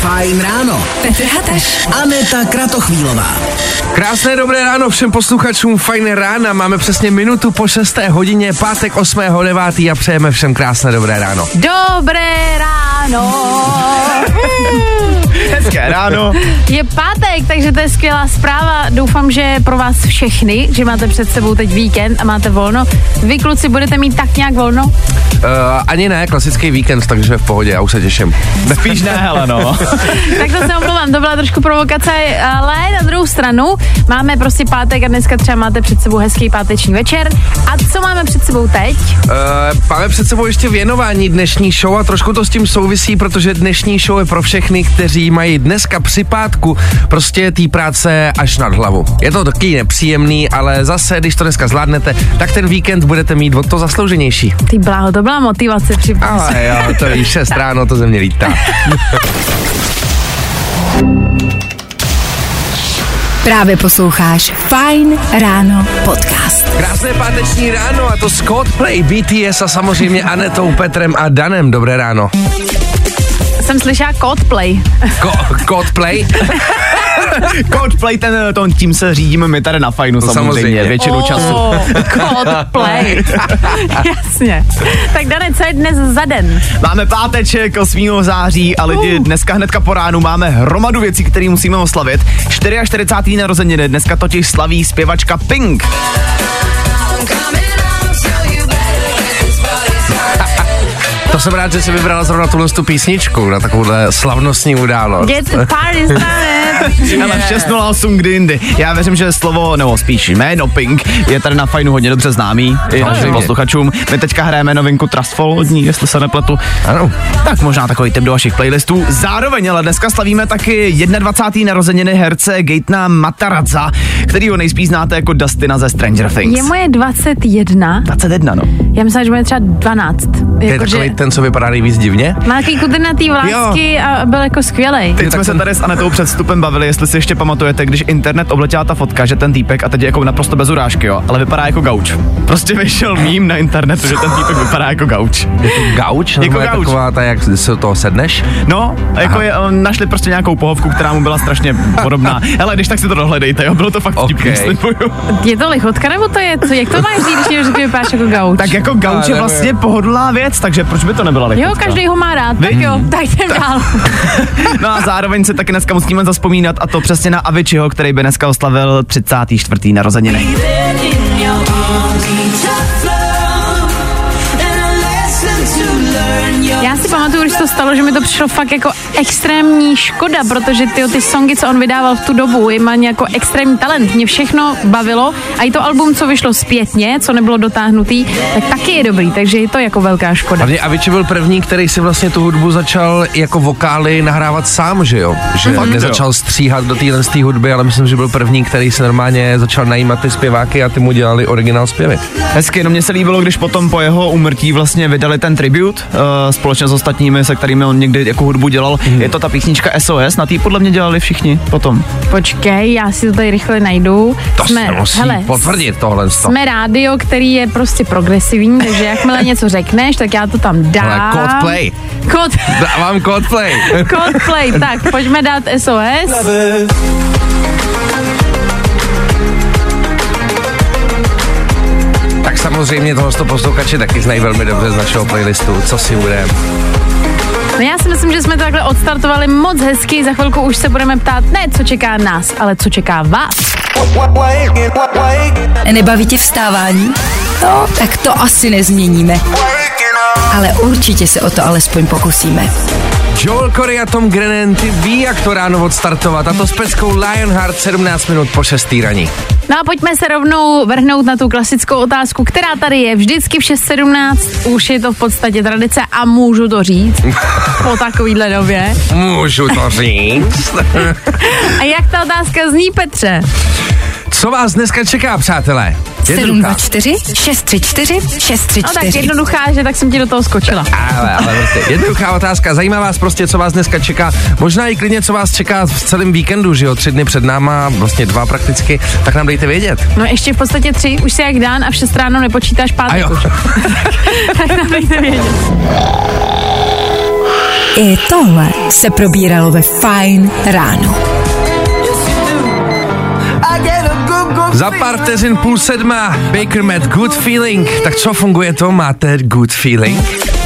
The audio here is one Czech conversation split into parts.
Fajn ráno. Petr Hataš. Aneta Kratochvílová. Krásné dobré ráno všem posluchačům Fajn rána. Máme přesně minutu po 6. hodině, pátek 8.9. a přejeme všem krásné dobré ráno. Dobré ráno. Hezké ráno. Je pátek, takže to je skvělá zpráva. Doufám, že pro vás všechny, že máte před sebou teď víkend a máte volno. Vy kluci budete mít tak nějak volno? Ani ne, klasický víkend, takže v pohodě, já už se těším. Spíš ne, hele no. Tak to se omlouvám, to byla trošku provokace, ale na druhou stranu máme prostě pátek a dneska třeba máte před sebou hezký páteční večer. A co máme před sebou teď? Máme před sebou ještě věnování dnešní show a trošku to s tím souvisí, protože dnešní show je pro všechny, kteří mají dneska při pátku prostě té práce až nad hlavu. Je to taky nepříjemný, ale zase, když to dneska zvládnete, tak ten víkend budete mít o to zaslouženější. Ty bláho, to byla motivace při práci. Ale jo, to je 6 ráno, to ze mě lítá. Právě posloucháš Fajn ráno podcast. Krásné páteční ráno a to s Coldplay, BTS a samozřejmě Anetou, Petrem a Danem. Dobré ráno. Jsem slyšela Coldplay. Coldplay? Coldplay, tím se řídíme my tady na Fajnu samozřejmě. Většinu času. Coldplay. Jasně. Tak Dane, co je dnes za den? Máme páteček 8. září a lidi dneska hnedka po ránu máme hromadu věcí, které musíme oslavit. 44. narozeniny dneska totiž slaví zpěvačka Pink. To jsem rád, že jsi vybrala zrovna tu písničku na takovouhle slavnostní událost. Get the party started. Ale v 6.08 kdy jindy. Já věřím, že slovo, nebo spíš jméno Pink je tady na Fajnu hodně dobře známý i našim posluchačům. My teďka hrajeme novinku Trustful od ní, jestli se nepletu. Ano. Tak možná takový tip do vašich playlistů. Zároveň ale dneska slavíme taky 21. narozeniny herce Gaetana Matarazza, kterýho nejspíš znáte jako Dustina ze Stranger Things. Je moje 21. 21, no. Já myslím, že moje třeba 12. Je takový ten, co vypadá nejvíc divně? Má takový kudrnatý vlásky a byl jako skvělej. Teď jsme se tady s Anetou před vstupem bavili, jestli si ještě pamatujete, když internet obletěla ta fotka, že ten týpek, a teď je jako naprosto bez urážky, jo, ale vypadá jako gauč. Prostě vyšel mím na internetu, že ten týpek vypadá jako gauč. Jako gauč? Jako gauč. Taková ta, jak se toho sedneš? No, jako našli prostě nějakou pohovku, která mu byla strašně podobná. Hele, když tak si to dohledejte, jo, bylo to fakt vtipný, slibuju. Je to lichotka, nebo to je co? Jak to máš říct, když že ty vypadáš jako gauč? Tak jako gauč je vlastně pohodlná věc, takže proč by to nebyla lichotka? Jo, každý ho má rád, tak jo, tak jdem dál. No a zároveň se taky dneska musíme zazpomínat, a to přesně na Aviciiho, který by dneska oslavil 34. narozeniny. Já si pamatuju, když to stalo, že mi to přišlo fakt jako extrémní škoda, protože ty songy, co on vydával v tu dobu, má jako extrémní talent. Mě všechno bavilo a i to album, co vyšlo zpětně, co nebylo dotáhnutý, tak taky je dobrý, takže je to jako velká škoda. Hlavně Avicii byl první, který si vlastně tu hudbu začal jako vokály nahrávat sám, že jo? Že nezačal stříhat do téhle hudby, ale myslím, že byl první, který se normálně začal najímat ty zpěváky a ty mu dělali originál zpěvy. Hezky, no mně se líbilo, když potom po jeho úmrtí vlastně vydali ten tribute společně s ostatními, se kterými on někdy jako hudbu dělal. Je to ta písnička SOS, na tý podle mě dělali všichni potom. Počkej, já si to tady rychle najdu. To se musí potvrdit tohle. Jsme rádio, který je prostě progresivní, takže jakmile něco řekneš, tak já to tam dám. Ale Coldplay. Dávám Coldplay. Coldplay, tak pojďme dát SOS. Tak samozřejmě tohle posluchači taky znají velmi dobře z našeho playlistu. Co si budeme? No já si myslím, že jsme to takhle odstartovali moc hezky. Za chvilku už se budeme ptát ne, co čeká nás, ale co čeká vás. Nebaví tě vstávání? No, tak to asi nezměníme. Ale určitě se o to alespoň pokusíme. Joel Corey a Tom Grennan, ty ví, jak to ráno odstartovat. A to s peckou Lionheart 17 minut po 6. raní. No a pojďme se rovnou vrhnout na tu klasickou otázku, která tady je vždycky v 6:17. Už je to v podstatě tradice a můžu to říct po takovýhle době. Můžu to říct. A jak ta otázka zní, Petře? Co vás dneska čeká, přátelé? 724 634 634. No tak jednoduchá, že tak jsem ti do toho skočila. Ale prostě jednoduchá otázka. Zajímá vás prostě, co vás dneska čeká. Možná i klidně, co vás čeká v celém víkendu, že jo? 3 dny před náma, vlastně 2 prakticky. Tak nám dejte vědět. No ještě v podstatě 3, už si jak Dan a v 6 ráno nepočítáš pátek už. Tak nám dejte vědět. I tohle se probíralo ve Fajn ráno. Za pár vteřin 6:30 Baker Matt Good Feeling. Tak co funguje to? Máte Good Feeling?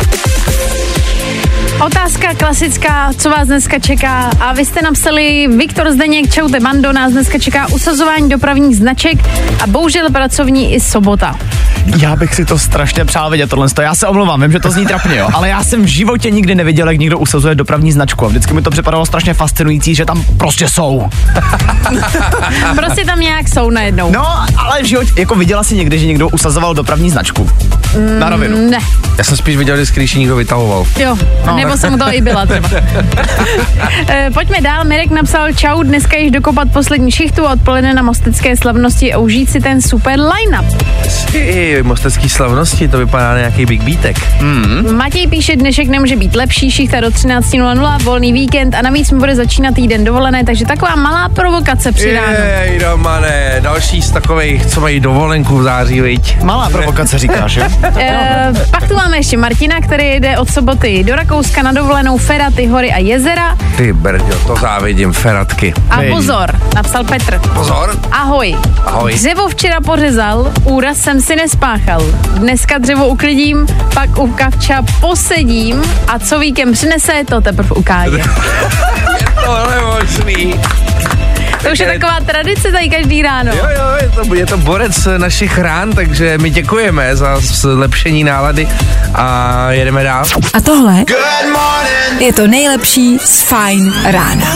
Otázka klasická, co vás dneska čeká? A vy jste napsali Viktor Zdeněk, čaute Mando, nás dneska čeká usazování dopravních značek a bohužel pracovní i sobota. Já bych si to strašně přál vidět tohle. Já se omlouvám, vím, že to zní trapně, jo, ale já jsem v životě nikdy neviděl, jak někdo usazuje dopravní značku. A vždycky mi to připadalo strašně fascinující, že tam prostě jsou. Prostě tam nějak jsou najednou. No, ale v životě, jako viděla jsi někdy, že někdo usazoval dopravní značku? Na rovinu. Ne. Já jsem spíš viděl, když ji někdo vytahoval. Jo, nebo jsem to i byla třeba. Pojďme dál, Mirek napsal čau, dneska již dokopat poslední šichtu a odpoledne na mostecké slavnosti a užít si ten super line-up. Mostecký slavnosti, to vypadá na nějaký big beatek. Matěj píše, dnešek nemůže být lepší, šichta do 13:00, volný víkend a navíc mi bude začínat týden dovolené, takže taková malá provokace při ránu. Jej, Romane, další z takových, co mají dovolenku v září, viď? Malá provokace říkáš, jo? Pak tu máme ještě Martina, který jde od soboty do Rakouska na dovolenou, Feraty, hory a jezera. Ty brďo, to závidím, feratky. A pozor, napsal Petr. Pozor. Ahoj. Ahoj. Dřevo včera pořezal, úraz jsem si nespáchal. Dneska dřevo uklidím, pak u kavča posedím a co víkend přinese, to teprve ukáže. Tohle možný. To už je taková tradice tady každý ráno. Jo, je to borec našich rán, takže my děkujeme za zlepšení nálady a jedeme dál. A tohle je to nejlepší z Fajn rána.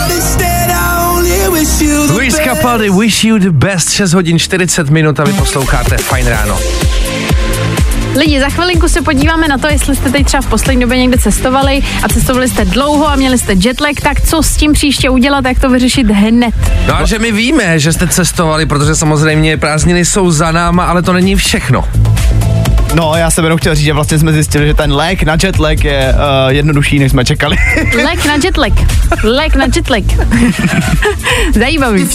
Luis Capaldi, Wish You the Best, 6:40 a vy posloucháte Fajn ráno. Lidi, za chvilinku se podíváme na to, jestli jste teď třeba v poslední době někde cestovali a cestovali jste dlouho a měli jste jetlag, tak co s tím příště udělat, jak to vyřešit hned. No a že my víme, že jste cestovali, protože samozřejmě prázdniny jsou za náma, ale to není všechno. No, já jsem jenom chtěl říct, že vlastně jsme zjistili, že ten lék na jetlag je jednodušší, než jsme čekali. Lék na jetlag. Lék na jetlag. Zajímavý.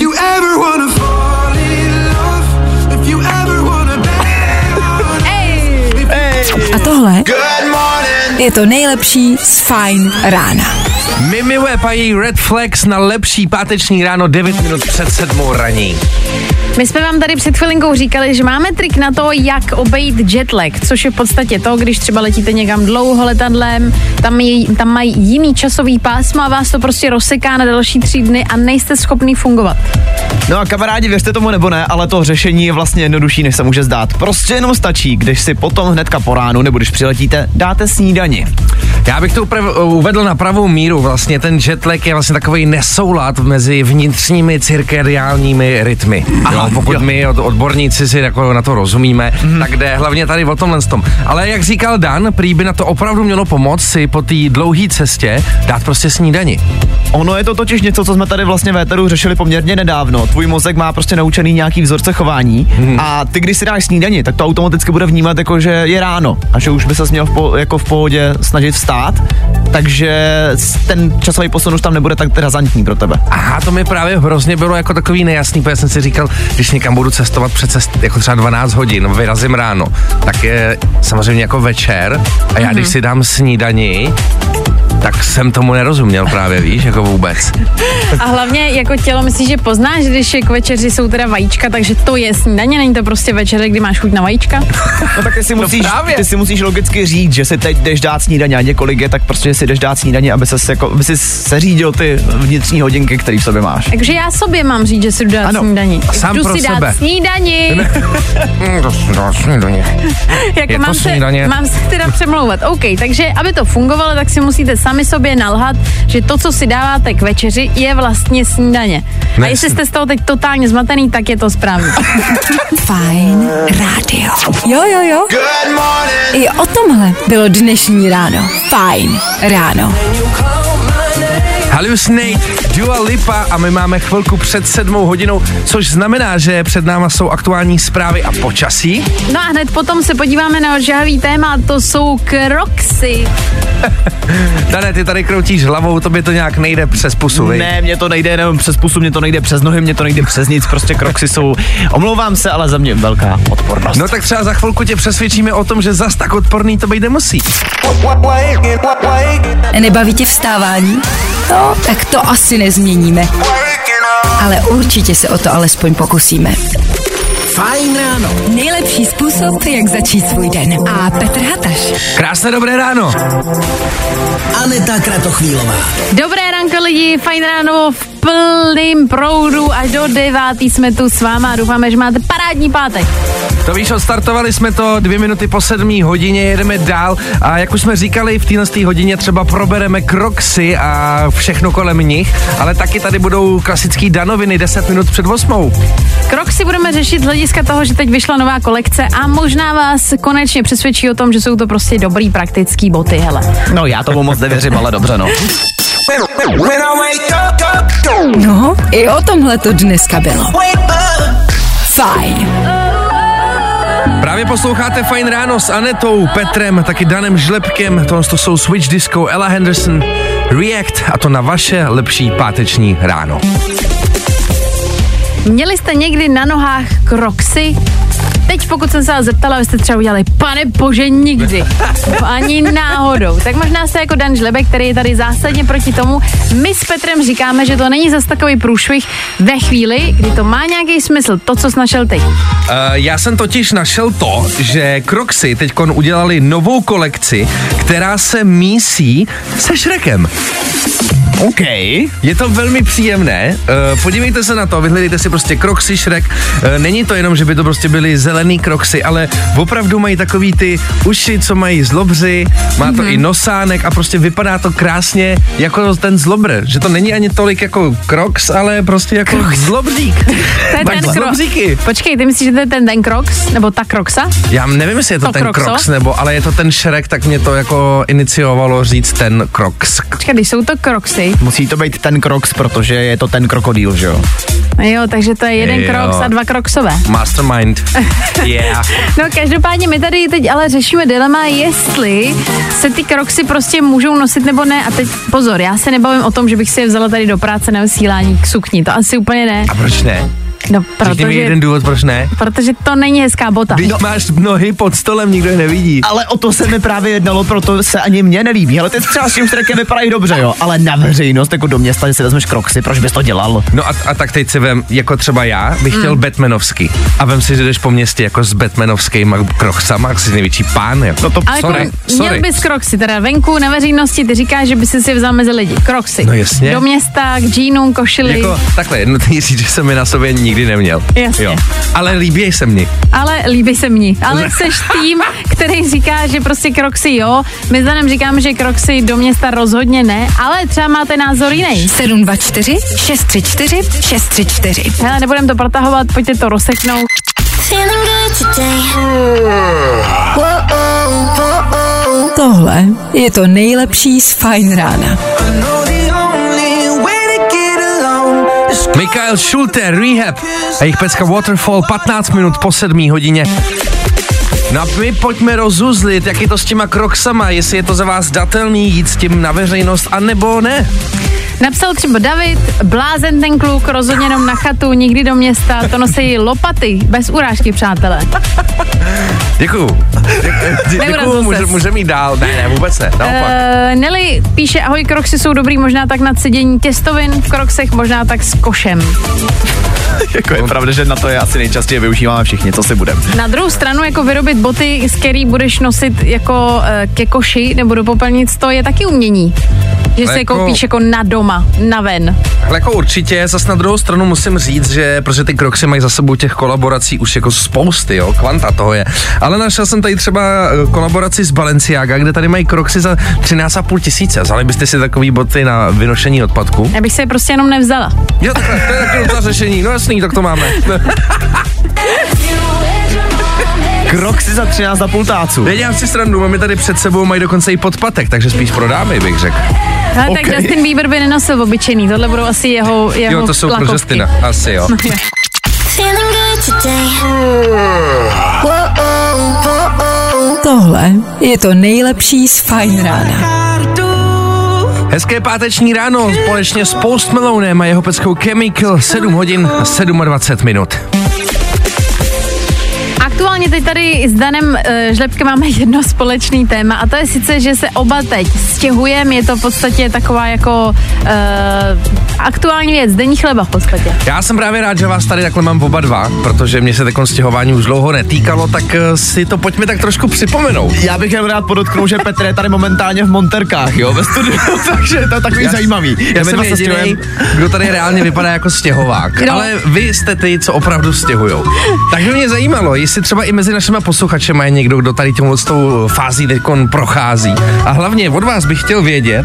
A tohle je to nejlepší z Fajn rána. Mimi Webb a její Red Flags na lepší páteční ráno 9 minut před 7 raní. My jsme vám tady před chvilinkou říkali, že máme trik na to, jak obejít jetlag, což je v podstatě to, když třeba letíte někam dlouho letadlem, tam mají jiný časový pásma a vás to prostě rozseká na další 3 dny a nejste schopný fungovat. No a kamarádi, věřte tomu nebo ne, ale to řešení je vlastně jednodušší, než se může zdát. Prostě jenom stačí, když si potom hnedka po ránu, nebo když přiletíte, dáte snídani. Já bych to uvedl na pravou míru. Vlastně ten jetlag je vlastně takový nesoulad mezi vnitřními cirkadiálními rytmy. Jo, pokud my odborníci si jako na to rozumíme, tak jde hlavně tady o tomhle tom. Ale jak říkal Dan, prý by na to opravdu mělo pomoct si po té dlouhé cestě dát prostě snídani. Ono je to totiž něco, co jsme tady vlastně v éteru řešili poměrně nedávno. Tvůj mozek má prostě naučený nějaký vzorce chování a ty, když si dáš snídani, tak to automaticky bude vnímat jako, že je ráno a že už by ses měl v pohodě snažit vstát, takže ten časový posun už tam nebude tak razantní pro tebe. Aha, to mi právě hrozně bylo jako takový nejasný, protože jsem si říkal, když někam budu cestovat jako třeba 12 hodin, vyrazím ráno, tak je samozřejmě jako večer a já když si dám snídani, tak jsem tomu nerozuměl právě, víš, jako vůbec. A hlavně jako tělo myslíš, že poznáš, když k večeři jsou teda vajíčka, takže to je snídaně, není to prostě večeře, kdy máš chuť na vajíčka? No tak ty si musíš logicky říct, že si teď jdeš dát snídaně a několik je, tak prostě si jdeš dát snídaně, aby si seřídil ty vnitřní hodinky, které v sobě máš. Takže já sobě mám říct, že si jdu dát snídaní. Sám jdu pro si sebe. Dát snídaní. Jako mám se teda přemlouvat. OK, takže aby to fungovalo, tak si musíte sami sobě nalhat, že to, co si dáváte k večeři, je vlastně snídaně. A jestli jste z toho teď totálně zmatený, tak je to správně. Fajn rádio. Jo. I o tomhle bylo dnešní ráno. Fajn ráno. Hallucinate, Dua Lipa a my máme chvilku před 7 hodinou, což znamená, že před náma jsou aktuální zprávy a počasí. No a hned potom se podíváme na žhavý téma, to jsou Crocsy. Dane, ty tady kroutíš hlavou, tobě to nějak nejde přes pusu, vej? Ne, mě to nejde jenom přes pusu, mě to nejde přes nohy, mě to nejde přes nic, prostě Crocsy jsou, omlouvám se, ale za mě velká odpornost. No tak třeba za chvilku tě přesvědčíme o tom, že zas tak odporný to být nemusí. Nebaví tě vstávání? No, tak to asi nezměníme. Ale určitě se o to alespoň pokusíme. Fajn ráno. Nejlepší způsob, jak začít svůj den. A Petr Hataš. Krásné dobré ráno. Aneta Kratochvílová. Dobré ranko lidi, fajn ráno v plným proudu, až do 9 jsme tu s váma a doufáme, že máte parádní pátek. To víš, odstartovali jsme to 2 minuty po 7 hodině, jedeme dál a jak už jsme říkali, v této hodině třeba probereme Crocsy a všechno kolem nich, ale taky tady budou klasický danoviny 10 minut před 8. Crocsy budeme řešit z hlediska toho, že teď vyšla nová kolekce a možná vás konečně přesvědčí o tom, že jsou to prostě dobrý praktický boty, hele. No já tomu moc nevěřím, ale dobře no. No, i o tomhle to dneska bylo. Fajn. Právě posloucháte Fajn ráno s Anetou, Petrem, taky Danem Žlepkem, to jsou Switch Disco, Ella Henderson, React a to na vaše lepší páteční ráno. Měli jste někdy na nohách Crocsy? Teď pokud jsem se vás zeptala, vy jste třeba udělali, pane bože, nikdy. Ani náhodou. Tak možná jste jako Dan Žlebek, který je tady zásadně proti tomu. My s Petrem říkáme, že to není zas takový průšvih ve chvíli, kdy to má nějaký smysl, to, co jsi našel ty. Já jsem totiž našel to, že Crocsy teďkon udělali novou kolekci, která se mísí se Shrekem. OK. Je to velmi příjemné, podívejte se na to, vyhledejte si prostě Crocsy Shrek, není to jenom, že by to prostě byly zelený Crocsy, ale opravdu mají takový ty uši, co mají zlobři, má to i nosánek a prostě vypadá to krásně jako ten zlobr, že to není ani tolik jako Crocs, ale prostě jako zlobřík. To je ten zlobříky. Počkej, ty myslíš, že to je ten Crocs, nebo ta Croxa? Já nevím, jestli je to ten Crocs, Crocs, nebo, ale je to ten Shrek, tak mě to jako iniciovalo říct ten Crocs. Počkej, když jsou to Crocsy. Musí to být ten Crocs, protože je to ten krokodýl, že jo? Jo, takže to je jeden Crocs a 2 Crocsové. Mastermind. Yeah. No každopádně my tady teď ale řešíme dilema, jestli se ty Crocsy prostě můžou nosit nebo ne. A teď pozor, já se nebavím o tom, že bych si je vzala tady do práce na vysílání k sukni. To asi úplně ne. A proč ne? No, Řekni mi jeden důvod, proč ne? Protože to není hezká bota. Když máš nohy pod stolem, nikdo je nevidí. Ale o to se mi právě jednalo, proto se ani mně nelíbí. Ale ty třeba s tím Shrekem vypadají dobře, jo. Ale na veřejnost, jako do města, že si vezmeš Crocsy, proč bys to dělal? No a tak teď si vem, jako třeba já bych chtěl Batmanovský. A vem si, že jdeš po městě jako s Batmanovskýma Crocsama, jak jsi největší pán. Jako. No to Ale sorry. Měl bys Crocsy, teda venku na veřejnosti, ty říkáš, že by si vzal mezi lidi. Crocsy. No jasně. Do města, k džínům, košili. Jako takhle, nutný říct, že jsem je na sobě nikdy neměl. Jasně. Jo. Ale líbí se mně. Ale líbí se mně. Ale seš tým, který říká, že prostě Crocsy jo. My s Danem říkáme, že Crocsy do města rozhodně ne, ale třeba máte názor jiný. 724 634 634. Hele, nebudem to protahovat, pojďte to rozseknout. Tohle je to nejlepší z Fajn rána. Michael Schulte, Rehab a jejich pecka Waterfall 15 minut po 7 hodině. No a my pojďme rozuzlit, jak je to s těma Crocsama, jestli je to za vás datelný jít s tím na veřejnost, anebo ne. Napsal třeba David, blázen ten kluk, rozhodně jenom na chatu, nikdy do města, to nosí lopaty, bez urážky, přátelé. Děkuju, můžeme jít dál, ne, vůbec ne, naopak. Nelly píše, ahoj, Crocsy jsou dobrý, možná tak na cedění těstovin v Crocsech, možná tak s košem. Jako je pravda, že na to je asi nejčastěji využíváme všichni, co si budeme. Na druhou stranu, jako vyrobit boty, z který budeš nosit jako ke koši nebo do popelnic, to je taky umění. Že si je koupíš jako na doma, na ven. Jako určitě, zas na druhou stranu musím říct, že protože ty Crocsy mají za sebou těch kolaborací už jako spousty, jo, kvanta toho je. Ale našel jsem tady třeba kolaboraci s Balenciaga, kde tady mají Crocsy za 13,5 tisíce. Vzali byste si takový boty na vynošení odpadku? Já bych se je prostě jenom nevzala. Jo, takhle, to je taky docela řešení, no jasný, tak to máme. Crocsy za 13,5 táců. Nedělám si srandu, máme tady před sebou, mají dokonce i podpatek, takže spíš pro dámy, bych řekl. Ale tak Justin Bieber by nenosil obyčejný, tohle budou asi jeho Jo, to jsou lakovky. pro Justina, asi jo. Tohle je to nejlepší z Fajn rána. Hezké páteční ráno společně s Post Malonem a jeho peckou Chemical, 7 hodin a 27 minut. Aktuálně Normálně teď tady s Danem Žlepkem máme jedno společný téma a to je sice, že se oba teď stěhujeme, je to v podstatě taková jako aktuální věc, denní chleba v podstatě. Já jsem právě rád, že vás tady takhle mám oba dva, protože mě se takové stěhování už dlouho netýkalo, tak si to pojďme tak trošku připomenout. Já bych jen rád podotknul, že Petr je tady momentálně v monterkách, jo, ve studiu, takže to je takový zajímavý. Já jsem jedinej, kdo tady reálně vypadá jako stěhovák, no. Ale vy jste ty, co opravdu stěhujou. Takže mě zajímalo, jestli třeba i mezi našimi posluchači je někdo, kdo tady s tou fází teďkon prochází. A hlavně od vás bych chtěl vědět,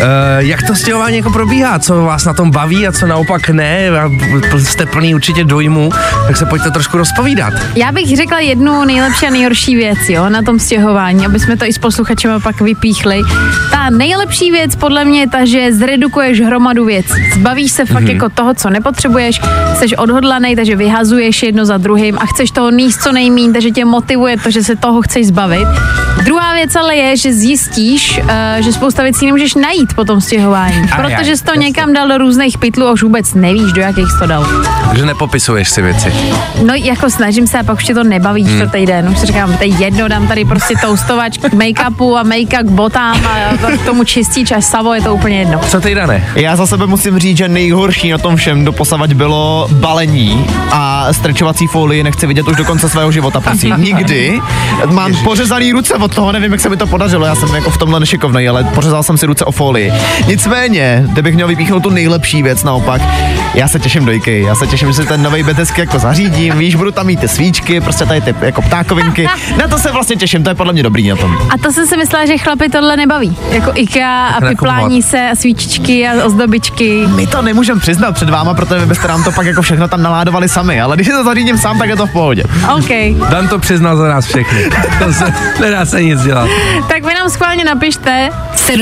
jak to stěhování jako probíhá, co vás na tom baví a co naopak ne, jste plný určitě dojmu, tak se pojďte trošku rozpovídat. Já bych řekla jednu nejlepší a nejhorší věc, jo, na tom stěhování, aby jsme to i s posluchačem pak vypíchli. Ta nejlepší věc podle mě je ta, že zredukuješ hromadu věcí. Zbavíš se fakt jako toho, co nepotřebuješ, jsi odhodlaný, takže vyhazuješ jedno za druhým a chceš toho níst co nejmíň, takže tě motivuje to, že se toho chceš zbavit. Druhá věc ale je, že zjistíš, že spousta věcí nemůžeš najít po tom stěhování, protože jsi to někam dal do různých pytlů a už vůbec nevíš, do jakých jsi to dal. Že nepopisuješ si věci. No jako snažím se a pak už tě to nebaví čtvrtý den. Už si říkám, to je jedno, dám tady prostě toustovač k make-upu a make-up k botám a k tomu čistič a savo, je to úplně jedno. Co ty, Dane? Já za sebe musím říct, že nejhorší na tom všem doposavad bylo balení a strečovací folii nechci vidět už do konce svého života, prosím. Nikdy. Mám pořezaný ruce od toho, nevím, jak se mi to podařilo, já jsem jako v tomhle nešikovnej, ale pořezal jsem si ruce o folii. Nicméně, kdybych měl vypíchnout tu nejlepší věc naopak, já se těším do IKEA, já se těším, že si ten nový betesk jako zařídím, víš, budu tam mít ty svíčky, prostě tady ty jako ptákovinky, na to se vlastně těším, to je podle mě dobrý na tom. A to jsem si myslela, že chlapi tohle nebaví, jako IKEA a piplání se a svíčičky a ozdobičky. My to nemůžeme přiznat před váma, protože vy byste nám to pak jako všechno tam naládovali sami, ale když si to zařídím sám, tak je to v pohodě. OK. Dan to přiznal za nás všechny. To se nedá se nic dělat. Tak vy nám schválně napište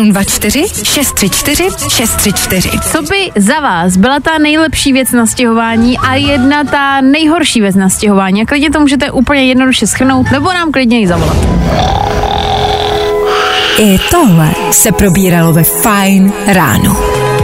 724 634 634. co by za vás byla ta nejlepší věc na stěhování a jedna ta nejhorší věc na stěhování. A klidně to můžete úplně jednoduše shrnout, nebo nám klidně i zavolat. I tohle se probíralo ve Fajn ráno.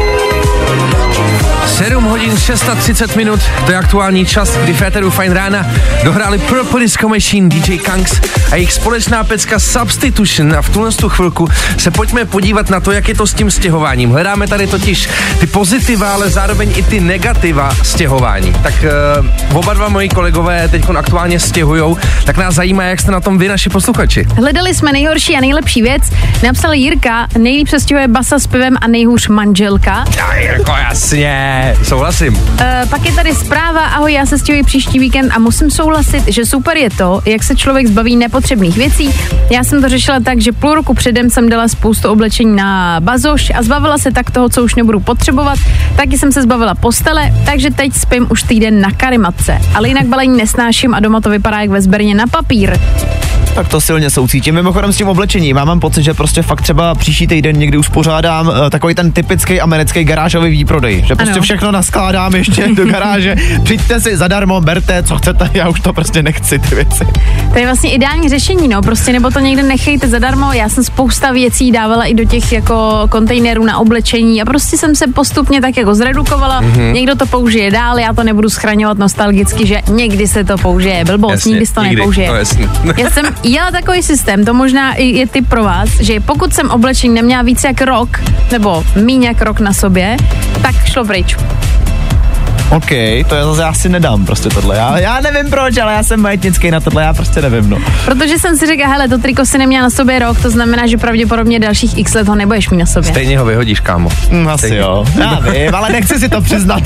7 hodin 630 minut, to je aktuální čas, kdy v éteru Fajn rána dohráli Purple Disco Machine, DJ Kangs a jejich společná pecka Substitution a v tuhle chvilku se pojďme podívat na to, jak je to s tím stěhováním. Hledáme tady totiž ty pozitiva, ale zároveň i ty negativa stěhování. Tak oba dva moji kolegové teď aktuálně stěhujou, tak nás zajímá, jak jste na tom vy, naši posluchači. Hledali jsme nejhorší a nejlepší věc, napsal Jirka, nejlíp se stěhuje basa s pivem a nejhůř manželka. Ja, jako jasně. Souhlasím. Pak je tady zpráva, ahoj, já se stěhuji příští víkend a musím souhlasit, že super je to, jak se člověk zbaví nepotřebných věcí. Já jsem to řešila tak, že půl roku předem jsem dala spoustu oblečení na bazoš a zbavila se tak toho, co už nebudu potřebovat. Taky jsem se zbavila postele, takže teď spím už týden na karimatce. Ale jinak balení nesnáším a doma to vypadá jak ve sběrně na papír. Tak to silně soucítím. Mimochodem s tím oblečením. Já mám pocit, že prostě fakt třeba příští týden někdy uspořádám takový ten typický americký garážový výprodej. Že prostě všechno naskládám ještě do garáže. Přijďte si zadarmo, berte, co chcete, já už to prostě nechci, ty věci. To je vlastně ideální řešení, no, prostě nebo to někde nechejte zadarmo. Já jsem spousta věcí dávala i do těch jako kontejnerů na oblečení a prostě jsem se postupně tak jako zredukovala. Někdo to použije dál, já to nebudu schraňovat nostalgicky, že někdy se to použije, blbost, nikdy se to nepoužije. Já jsem jela takový systém, to možná je tip pro vás, že pokud jsem oblečení neměla víc jak rok, nebo míň jak rok na sobě, tak šlo pryč. OK, to já zase asi nedám prostě tohle. Já nevím proč, ale já jsem majetnický na tohle, já prostě nevím, no. Protože jsem si řekla, hele, to triko si neměla na sobě rok, to znamená, že pravděpodobně dalších x let ho nebudeš mít na sobě. Stejně ho vyhodíš, kámo. Asi stejně. Jo. Já vím, ale nechci si to přiznat.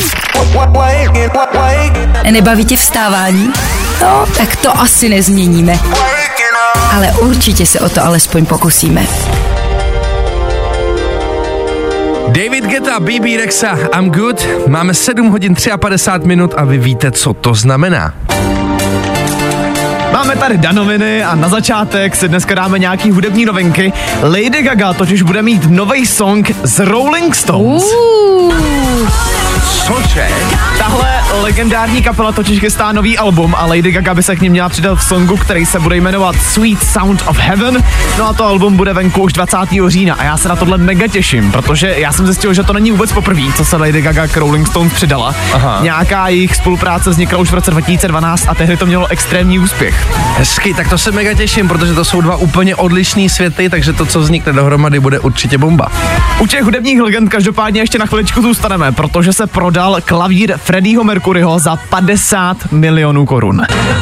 Nebaví tě vstávání? No, tak to asi nezměníme. Ale určitě se o to alespoň pokusíme. David Guetta, BB Rexa, I'm good. Máme 7 hodin 53 minut a vy víte, co to znamená. Máme tady danoviny a na začátek si dneska dáme nějaký hudební novinky. Lady Gaga totiž bude mít nový song z Rolling Stones. Cože? Tahle legendární kapela totiž chystá nový album a Lady Gaga by se k ním měla přidat v songu, který se bude jmenovat Sweet Sound of Heaven. No a to album bude venku už 20. října a já se na tohle mega těším, protože já jsem zjistil, že to není vůbec poprvé, co se Lady Gaga k Rolling Stones přidala. Aha. Nějaká jejich spolupráce vznikla už v roce 2012 a tehdy to mělo extrémní úspěch. Hezky, tak to se mega těším, protože to jsou dva úplně odlišný světy, takže to, co vznikne dohromady, bude určitě bomba. U těch hudebních legend každopádně ještě na chviličku zůstaneme, protože se prodal klavír Freddieho Mercuryho za 50 milionů korun.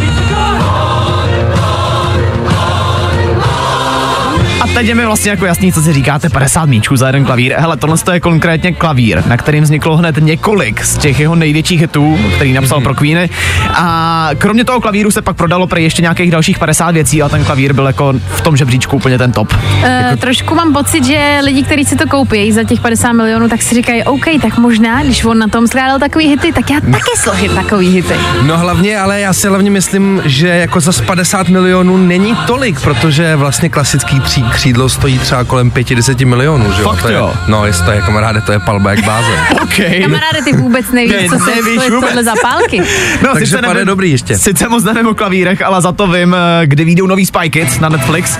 A teď je mi vlastně jako jasný, co si říkáte, 50 míčků za jeden klavír. Hele, tohle je konkrétně klavír, na kterým vzniklo hned několik z těch jeho největších hitů, který napsal pro Queeny. A kromě toho klavíru se pak prodalo prý ještě nějakých dalších 50 věcí, a ten klavír byl jako v tom žebříčku úplně ten top. Trošku mám pocit, že lidi, kteří si to koupí za těch 50 milionů, tak si říkají, OK, tak možná, když on na tom skládal takový hity, tak já taky složím takový hity. No hlavně, ale já si hlavně myslím, že jako za 50 milionů není tolik, protože vlastně klasický křídlo stojí třeba kolem 5-10 milionů, že jo? Fakt jo? No, jestli to je, kamaráde, to je palba jak blázen. Okay. Kamaráde, ty vůbec nevíš, co se tohle za pálky. No, takže pane dobrý ještě. Sice moc nevím o klavírech, ale za to vím, kdy vyjdou nový Spy Kids na Netflix.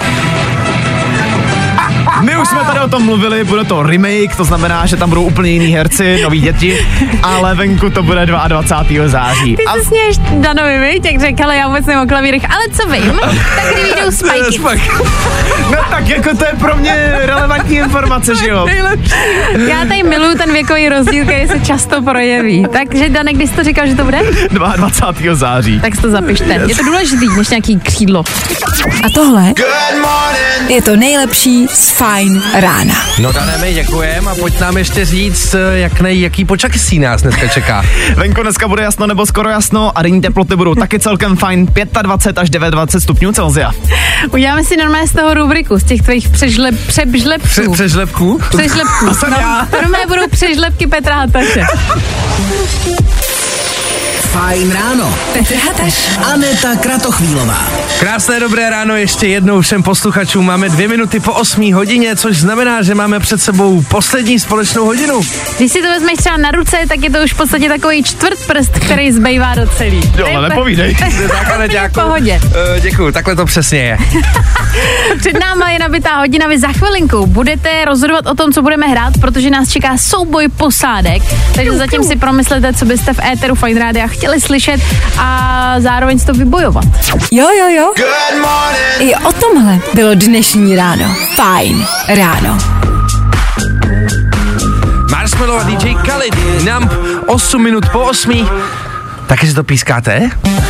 My už jsme tady o tom mluvili, bude to remake, to znamená, že tam budou úplně jiný herci, noví děti, ale venku to bude 22. září. Ty se směješ Danovi, viď? Jak řekl, ale já vůbec nevím o klavírech, ale co vím, tak kdy vyjdou Spy Kids. No tak jako to je pro mě relevantní informace, že jo? Já tady miluju ten věkový rozdíl, který se často projeví. Takže Dane, když jsi to říkal, že to bude? 22. září. Tak si to zapište. Yes. Je to důležitý, než nějaký křídlo. A tohle je to nejlepší z Fajn rána. No Dané, děkujem a pojď nám ještě říct, jaký počasí nás dneska čeká. Venku dneska bude jasno nebo skoro jasno a denní teploty budou taky celkem fajn, 25 až 29 stupňů Celsia. Uděláme si normálně z toho rubriku, z těch tvých přežlepků. Přežlepků? Přežlepků. Normálně budou přežlepky Petra Hataše. Fajn ráno. Petr Hataš. Aneta Kratochvílová. Krásné dobré ráno ještě jednou všem posluchačům. Máme 2 minuty po 8 hodině, což znamená, že máme před sebou poslední společnou hodinu. Když si to vezmeš třeba na ruce, tak je to už v podstatě takový čtvrtprst, který zbývá do celý. Jo, ale nepovídej. V pohodě. Děkuju, takhle to přesně je. Před náma je nabitá hodina, vy za chvilinku budete rozhodovat o tom, co budeme hrát, protože nás čeká souboj posádek, takže zatím si promyslete, co byste v éteru Fajn rádia chtěli slyšet a zároveň si to vybojovat. Jo. I o tomhle bylo dnešní ráno. Fajn ráno. Marshmello a DJ Khalid, Numb, 8 minut po 8. Taky si to pískáte?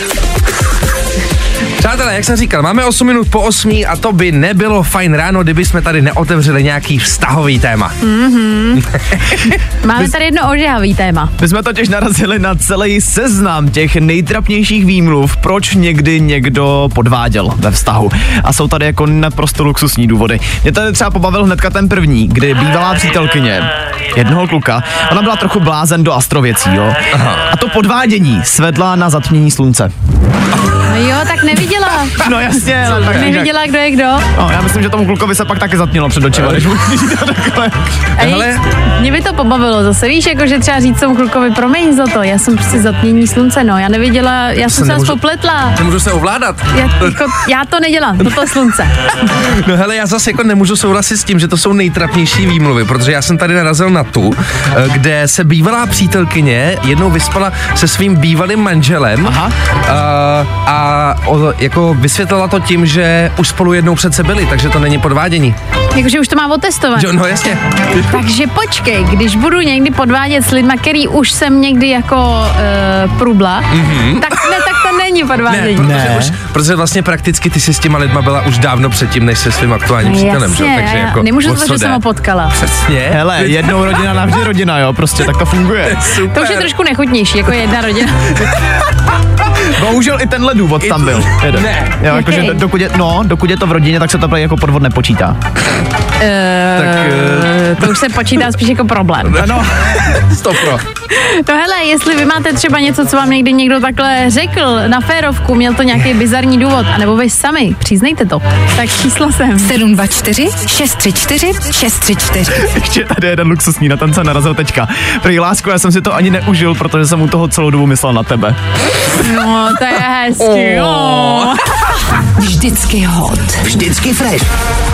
Přátelé, jak jsem říkal, máme 8 minut po 8 a to by nebylo Fajn ráno, kdyby jsme tady neotevřeli nějaký vztahový téma. Máme tady jedno ožehavý téma. My jsme totiž narazili na celý seznam těch nejtrapnějších výmluv, proč někdy někdo podváděl ve vztahu. A jsou tady jako naprosto luxusní důvody. Mě tady třeba pobavil hnedka ten první, kdy bývalá přítelkyně jednoho kluka, ona byla trochu blázen do astrověcí, jo. A to podvádění svedla na zatmění slunce. No jo, tak neviděla. No jasně, ale tak neviděla, kdo je kdo. No, já myslím, že tomu klukovi se pak taky zatmělo před očima, když to takhle. Mě by to pobavilo zase, víš, jako že třeba říct tomu klukovi, promiň za to, já jsem prostě zatmění slunce, no, já neviděla, já jsem se vás popletla. Nemůžu se ovládat. Já to nedělám, toto slunce. No hele, já zase jako nemůžu souhlasit s tím, že to jsou nejtrapnější výmluvy, protože já jsem tady narazil na tu, kde se bývalá přítelkyně jednou vyspala se svým bývalým manželem. A jako vysvětlila to tím, že už spolu jednou přece byli, takže to není podvádění. Jakože už to má otestovat. No jasně. Takže počkej, když budu někdy podvádět s lidma, který už jsem někdy jako prubla, tak to není podvádění. Ne, protože vlastně prakticky ty si s těma lidma byla už dávno předtím, než se svým aktuálním přítelem. Jasně, takže jako nemůžu to, že jsem ho potkala. Přesně. Hele, jednou rodina navždy rodina, jo, prostě tak to funguje. Super. To už je trošku nechutnější, jako jedna rodina. Bohužel i tenhle důvod tam byl. Ne. Jo, jakože dokud je to v rodině, tak se to jako podvod nepočítá. už se počítá spíš jako problém. No, 100%. To hele, jestli vy máte třeba něco, co vám někdy někdo takhle řekl na férovku, měl to nějaký bizarní důvod, anebo vy sami, přiznejte to. Tak číslo jsem. 724 634 634. Ještě tady jeden luxusní, na ten se narazil teďka. Prý lásku, já jsem si to ani neužil, protože jsem u toho celou dobu myslel na tebe. No, to je hezký. Oh. Vždycky hot. Vždycky fresh.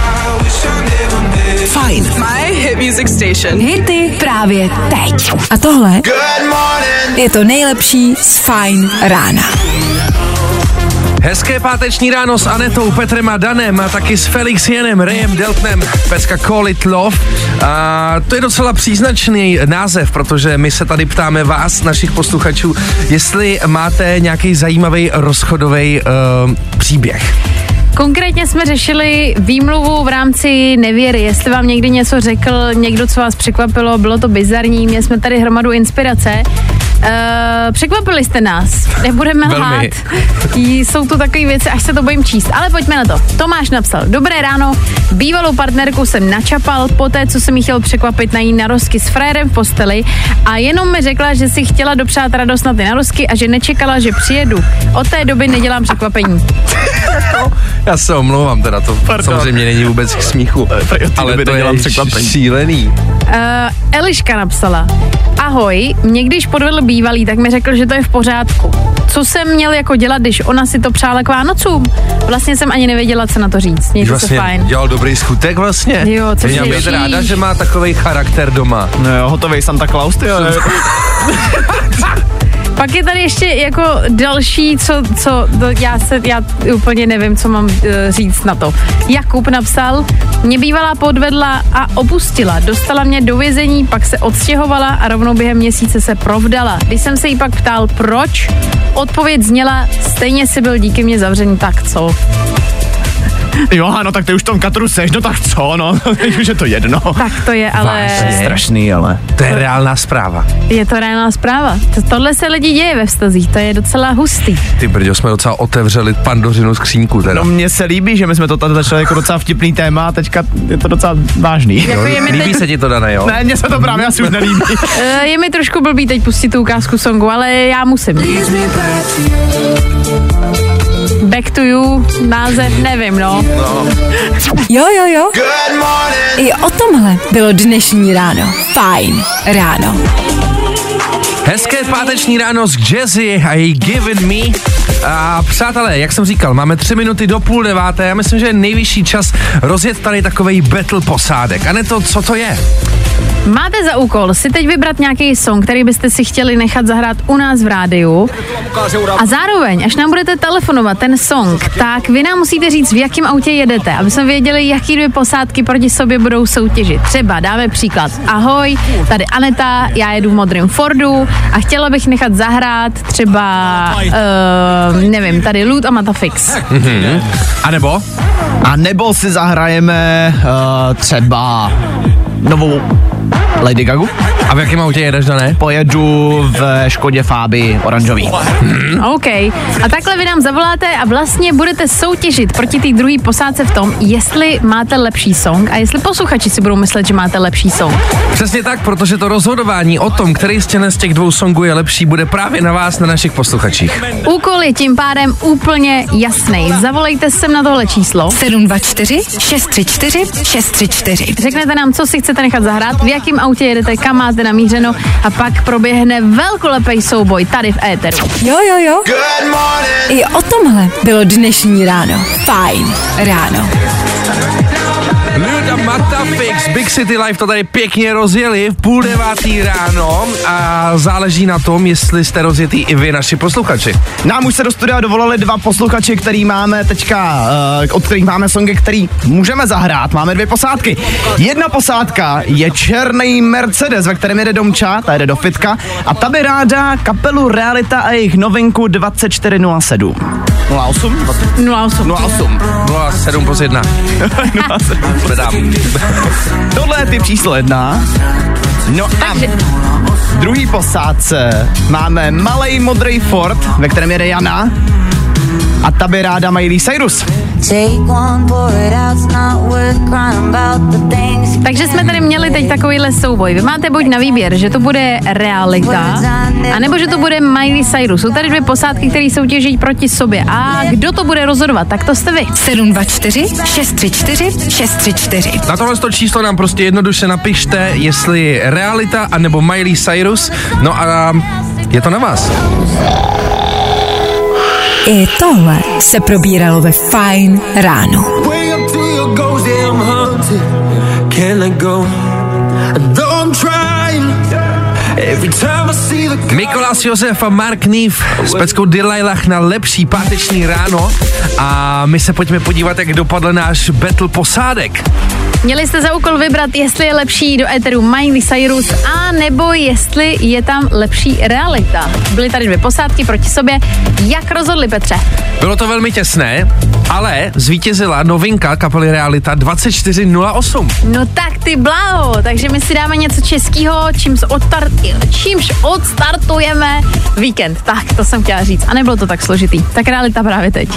Fajn. My hit music station. Hity právě teď. A tohle je to nejlepší z Fajn rána. Hezké páteční ráno s Anetou, Petrem a Danem a taky s Felix Janem, Rayem Deltnem, pecka Call It Love. A to je docela příznačný název, protože my se tady ptáme vás, našich posluchačů, jestli máte nějaký zajímavý rozchodový příběh. Konkrétně jsme řešili výmluvu v rámci nevěry, jestli vám někdy něco řekl, někdo, co vás překvapilo, bylo to bizarní, měli jsme tady hromadu inspirace. Překvapili jste nás, nebudeme lhát. Jsou tu takové věci, až se to bojím číst, ale pojďme na to. Tomáš napsal: Dobré ráno, bývalou partnerku jsem načapal poté, co jsem jí chtěl překvapit na jí narozky s frérem v posteli a jenom mi řekla, že si chtěla dopřát radost na ty narozky a že nečekala, že přijedu. Od té doby nedělám překvapení. Já se omlouvám, teda to samozřejmě není vůbec k smíchu, ale to je šílený. Eliška napsala: Ahoj, mě když podvedl bývalý, tak mi řekl, že to je v pořádku. Co jsem měl jako dělat, když ona si to přála k Vánocům? Vlastně jsem ani nevěděla, co na to říct. Mějte vlastně se fajn. Dělal dobrý skutek vlastně. Jo, co měl být ráda, že má takovej charakter doma. No jo, hotovej Santa Claus, ty jo. Pak je tady ještě jako další, já úplně nevím, co mám říct na to. Jakub napsal: Mě bývalá podvedla a opustila. Dostala mě do vězení, pak se odstěhovala a rovnou během měsíce se provdala. Když jsem se jí pak ptal, proč, odpověď zněla: Stejně si byl díky mě zavřený, tak co? Jo, no tak ty už v tom katru seš, no tak co, no, už je to jedno. Tak to je, ale... Strašný, ale... To je reálná zpráva. Je to reálná zpráva. Tohle se lidi děje ve vztazích, to je docela hustý. Ty brďo, jsme docela otevřeli Pandořinu skříňku teda. No mně se líbí, že my jsme to tady začali jako docela vtipný téma a teďka je to docela vážný. Jako líbí se ti to, Dane, jo? Ne, mně se to právě asi už nelíbí. Je mi trošku blbý teď pustit tu ukázku songu, ale já musím. Back to you, název, nevím, no. Jo. I o tomhle bylo dnešní ráno. Fajn ráno. Hezké páteční ráno s Jazzy a její Giving Me. A přátelé, jak jsem říkal, máme 3 minuty do 8:30. Já myslím, že je nejvyšší čas rozjet tady takovej battle posádek. A ne to, co to je? Máte za úkol si teď vybrat nějaký song, který byste si chtěli nechat zahrát u nás v rádiu. A zároveň, až nám budete telefonovat ten song, tak vy nám musíte říct, v jakém autě jedete, aby jsme věděli, jaký 2 posádky proti sobě budou soutěžit. Třeba dáme příklad. Ahoj, tady Aneta, já jedu v modrém Fordu a chtěla bych nechat zahrát třeba, nevím, tady Loot a Matafix. Mm-hmm. A nebo si zahrajeme třeba novou Lady Gagu. A v jakém autě jedeš, Dané? Pojedu v Škodě Fábii oranžový. OK. A takhle vy nám zavoláte a vlastně budete soutěžit proti té druhé posádce v tom, jestli máte lepší song a jestli posluchači si budou myslet, že máte lepší song. Přesně tak, protože to rozhodování o tom, který z těch 2 songů je lepší, bude právě na vás, na našich posluchačích. Úkol je tím pádem úplně jasný. Zavolejte sem na tohle číslo 724 634 634. Řeknete nám, co si chcete nechat zahrát, v jakém autě jedete, kam máte namířeno a pak proběhne velkolepý souboj tady v éteru. Jo. I o tomhle bylo dnešní ráno. Fajn ráno. Luda Matafix, Big City Life to tady pěkně rozjeli v 8:30 ráno a záleží na tom, jestli jste rozjetý i vy, naši posluchači. Nám už se do studia dovolali 2 posluchači, který máme teďka, od kterých máme songy, který můžeme zahrát. Máme 2 posádky. Jedna posádka je černý Mercedes, ve kterém jede Domča, ta jede do fitka a ta by ráda kapelu Realita a jejich novinku 2407. 08? 07 plus 1. 07. Tohle je typ číslo 1. No a v druhý posádce máme malej modrý Ford, ve kterém jede Jana a ta by ráda Miley Cyrus. Takže jsme tady měli teď takovýhle souboj. Vy máte buď na výběr, že to bude realita, anebo že to bude Miley Cyrus. Jsou tady dvě posádky, které soutěží proti sobě. A kdo to bude rozhodovat? Tak to jste vy. 724 634 634. Na tohle číslo nám prostě jednoduše napište, jestli realita anebo Miley Cyrus. No a je to na vás. I tohle se probíralo ve Fajn ráno. Mikolas Josef a Mark Neve s peckou Delilah na lepší páteční ráno a my se pojďme podívat, jak dopadl náš battle posádek. Měli jste za úkol vybrat, jestli je lepší do éteru Miley Cyrus a nebo jestli je tam lepší realita. Byly tady dvě posádky proti sobě. Jak rozhodli, Petře? Bylo to velmi těsné, ale zvítězila novinka kapely Realita 2408. No tak ty bláho, takže my si dáme něco českého, čímž odstartujeme víkend. Tak, to jsem chtěla říct. A nebylo to tak složitý. Tak Realita právě teď.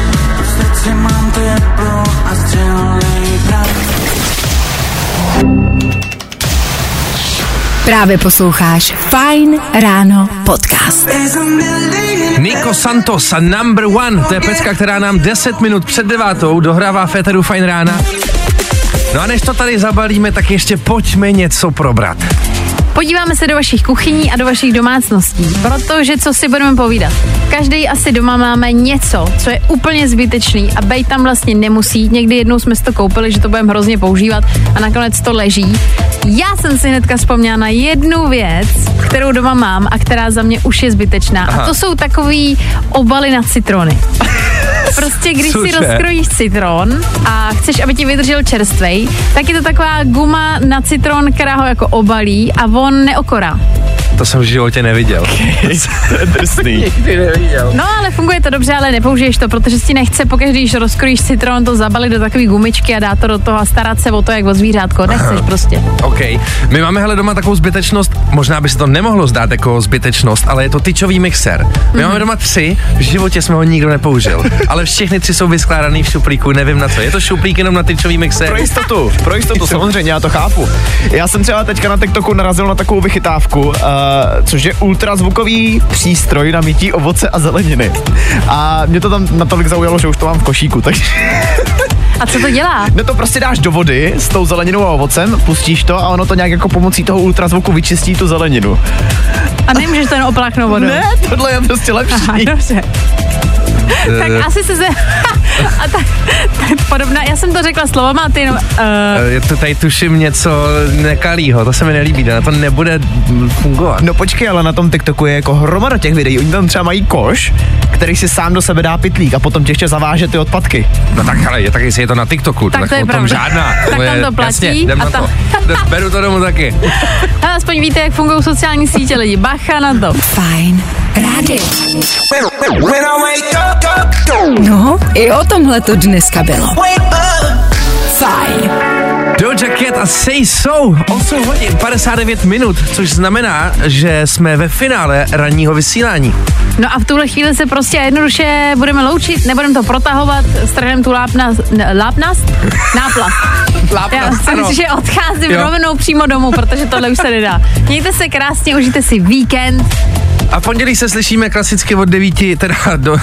Právě posloucháš Fajn ráno podcast. Nico Santos a Number One, to je pecka, která nám 10 minut před 9 dohrává v éteru Fajn rána. No a než to tady zabalíme, tak ještě pojďme něco probrat. Podíváme se do vašich kuchyní a do vašich domácností, protože co si budeme povídat. Každý asi doma máme něco, co je úplně zbytečný a bejt tam vlastně nemusí. Někdy jednou jsme si to koupili, že to budeme hrozně používat a nakonec to leží. Já jsem si hnedka vzpomněla na jednu věc, kterou doma mám a která za mě už je zbytečná. Aha. A to jsou takový obaly na citrony. Prostě když si rozkrojíš citron a chceš, aby ti vydržel čerstvej, tak je to taková guma na citron, která ho jako obalí a on neokorá. To jsem v životě neviděl. To je drsný. Nikdy neviděl. No ale funguje to dobře, ale nepoužiješ to, protože si nechce, pokaždé, když rozkrojíš citron, to zabalit do takové gumičky a dát to do toho a starat se o to, jak o zvířátko. Nechceš prostě. OK. My máme hele doma takovou zbytečnost, možná by se to nemohlo zdát jako zbytečnost, ale je to tyčový mixér. My máme doma 3, v životě jsme ho nikdo nepoužil. Ale všechny 3 jsou vyskládaný v šuplíku, nevím na co. Je to šuplík jenom na tyčový mixér? Pro jistotu, samozřejmě, já to chápu. Já jsem třeba teďka na TikToku narazil na takovou vychytávku, což je ultrazvukový přístroj na mytí ovoce a zeleniny. A mě to tam natolik zaujalo, že už to mám v košíku, takže... A co to dělá? No to prostě dáš do vody s tou zeleninou a ovocem, pustíš to a ono to nějak jako pomocí toho ultrazvuku vyčistí tu zeleninu. A nemůžeš to jen opláchnout vodou? Ne, tohle je prostě lepší. Aha, dobře. Tak asi se a tak podobná, já jsem to řekla slovama a ty jenom... Je to tady tuším něco nekalýho, to se mi nelíbí, na to nebude fungovat. No počkej, ale na tom TikToku je jako hromada těch videí, oni tam třeba mají koš, který si sám do sebe dá pytlík a potom tě ještě zaváže ty odpadky. No tak ale tak jestli je to na TikToku, tak to je o tom pravda. žádná. Tak tam to platí. Jasně, jdem na to. Beru to domů taky. Ale aspoň víte, jak fungují sociální sítě lidi. Bacha na to. Fajn rádio. No, i o tomhle to dneska bylo. Fajn. Doja Cat a Say So, 8 hodin 59 minut, což znamená, že jsme ve finále ranního vysílání. No a v tuhle chvíli se prostě jednoduše budeme loučit, nebudeme to protahovat, strhneme tu náplast. Já myslím, že odcházím rovnou přímo domů, protože tohle už se nedá. Mějte se krásně, užijte si víkend. A v pondělí se slyšíme klasicky od 9, teda do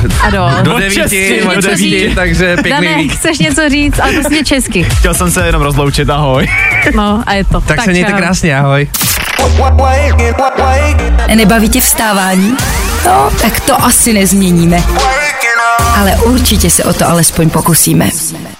9, takže pěkný Dane, chceš něco říct, ale prostě česky. Chtěl jsem se jenom rozloučit, ahoj. No a je to. Tak se mějte krásně, ahoj. Nebaví tě vstávání? No, tak to asi nezměníme. Ale určitě se o to alespoň pokusíme.